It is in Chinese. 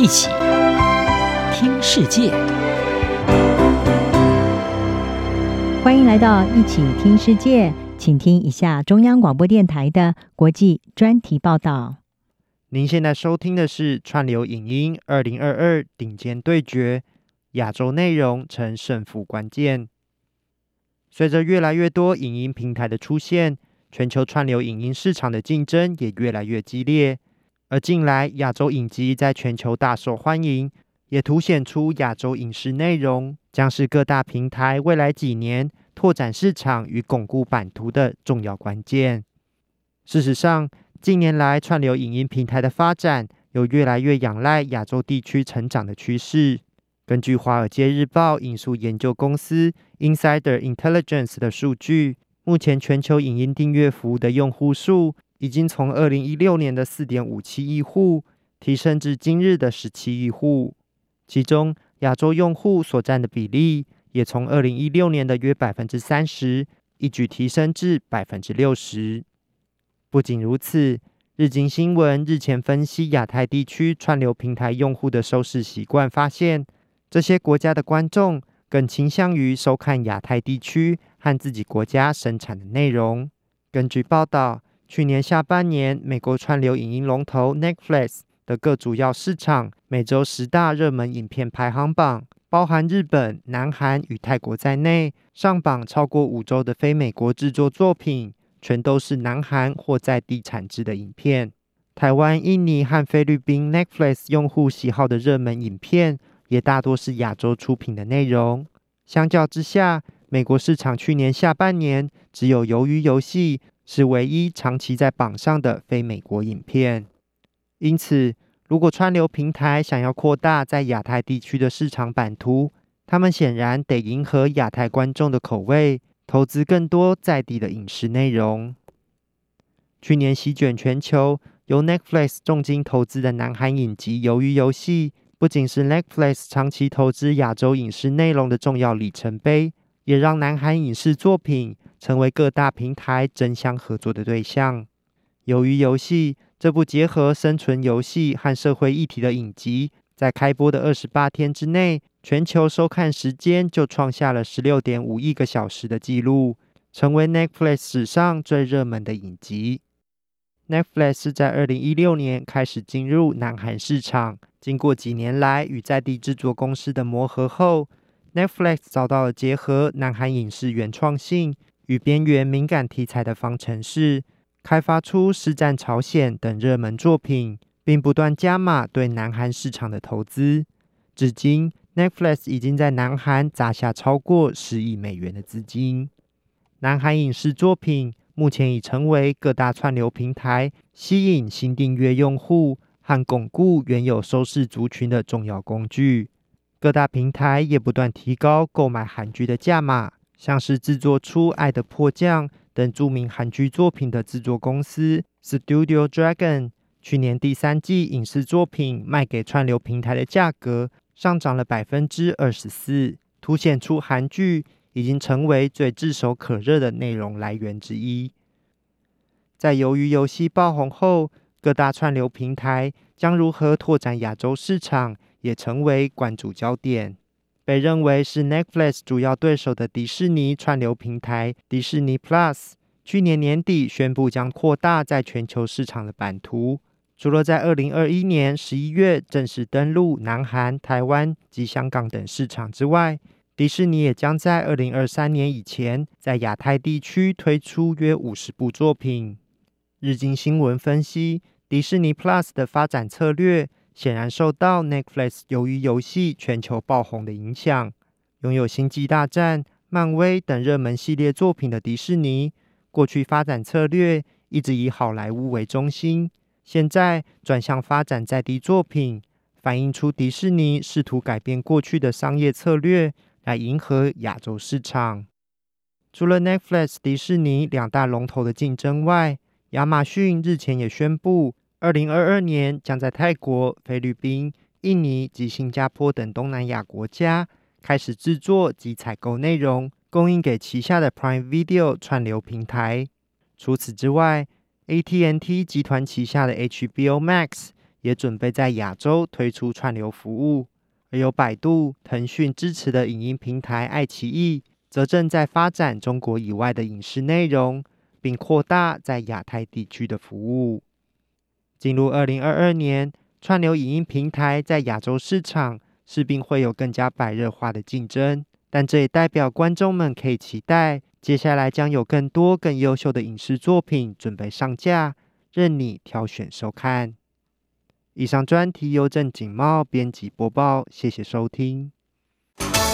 一起听世界。 欢迎来到一起听世界，请听一下中央广播电台的国际专题报道。 您现在收听的是串流影音2022顶尖对决，亚洲内容成胜负关键。随着越来越多影音平台的出现，全球串流影音市场的竞争也越来越激烈。而近来亚洲影集在全球大受欢迎，也凸显出亚洲影视内容将是各大平台未来几年拓展市场与巩固版图的重要关键。事实上，近年来串流影音平台的发展有越来越仰赖亚洲地区成长的趋势。根据《华尔街日报》引述研究公司 Insider Intelligence 的数据，目前全球影音订阅服务的用户数已经从2016年的 4.57 亿户提升至今日的17亿户，其中亚洲用户所占的比例也从2016年的约 30% 一举提升至 60%。 不仅如此，日经新闻日前分析亚太地区串流平台用户的收视习惯，发现这些国家的观众更倾向于收看亚太地区和自己国家生产的内容。根据报道，去年下半年，美国串流影音龙头 Netflix 的各主要市场每周10大热门影片排行榜，包含日本、南韩与泰国在内，上榜超过5周的非美国制作作品，全都是南韩或在地产制的影片。台湾、印尼和菲律宾 Netflix 用户喜好的热门影片，也大多是亚洲出品的内容。相较之下，美国市场去年下半年只有鱿鱼游戏是唯一长期在榜上的非美国影片。因此，如果串流平台想要扩大在亚太地区的市场版图，他们显然得迎合亚太观众的口味，投资更多在地的影视内容。去年席卷全球，由 Netflix 重金投资的南韩影集《鱿鱼游戏》，不仅是 Netflix 长期投资亚洲影视内容的重要里程碑，也让南韩影视作品成为各大平台争相合作的对象。鱿鱼游戏这部结合生存游戏和社会议题的影集，在开播的28天之内，全球收看时间就创下了 16.5 亿个小时的纪录，成为 Netflix 史上最热门的影集。Netflix 是在2016年开始进入南韩市场，经过几年来与在地制作公司的磨合后， Netflix 找到了结合南韩影视原创性与边缘敏感题材的方程式，开发出《师战朝鲜》等热门作品，并不断加码对南韩市场的投资。至今 Netflix 已经在南韩砸下超过10亿美元的资金。南韩影视作品目前已成为各大串流平台吸引新订阅用户和巩固原有收视族群的重要工具。各大平台也不断提高购买韩剧的价码，像是制作出《爱的迫降》等著名韩剧作品的制作公司 Studio Dragon， 去年第3季影视作品卖给串流平台的价格上涨了 24%， 凸显出韩剧已经成为最炙手可热的内容来源之一。在鱿鱼游戏爆红后，各大串流平台将如何拓展亚洲市场也成为关注焦点。被认为是 Netflix 主要对手的迪士尼串流平台迪士尼 Plus， 去年年底宣布将扩大在全球市场的版图。除了在2021年11月正式登陆南韩、台湾及香港等市场之外，迪士尼也将在2023年以前在亚太地区推出约50部作品。日经新闻分析，迪士尼 Plus 的发展策略显然受到 Netflix 鱿鱼游戏全球爆红的影响。拥有星际大战、漫威等热门系列作品的迪士尼，过去发展策略一直以好莱坞为中心，现在转向发展在地作品，反映出迪士尼试图改变过去的商业策略，来迎合亚洲市场。除了 Netflix、迪士尼两大龙头的竞争外，亚马逊日前也宣布2022年将在泰国、菲律宾、印尼及新加坡等东南亚国家开始制作及采购内容，供应给旗下的 Prime Video 串流平台。除此之外， AT&T 集团旗下的 HBO Max 也准备在亚洲推出串流服务，而有百度、腾讯支持的影音平台爱奇艺，则正在发展中国以外的影视内容，并扩大在亚太地区的服务。进入2022年，串流影音平台在亚洲市场势必会有更加白热化的竞争，但这也代表观众们可以期待，接下来将有更多更优秀的影视作品准备上架，任你挑选收看。以上专题由郑景茂编辑播报，谢谢收听。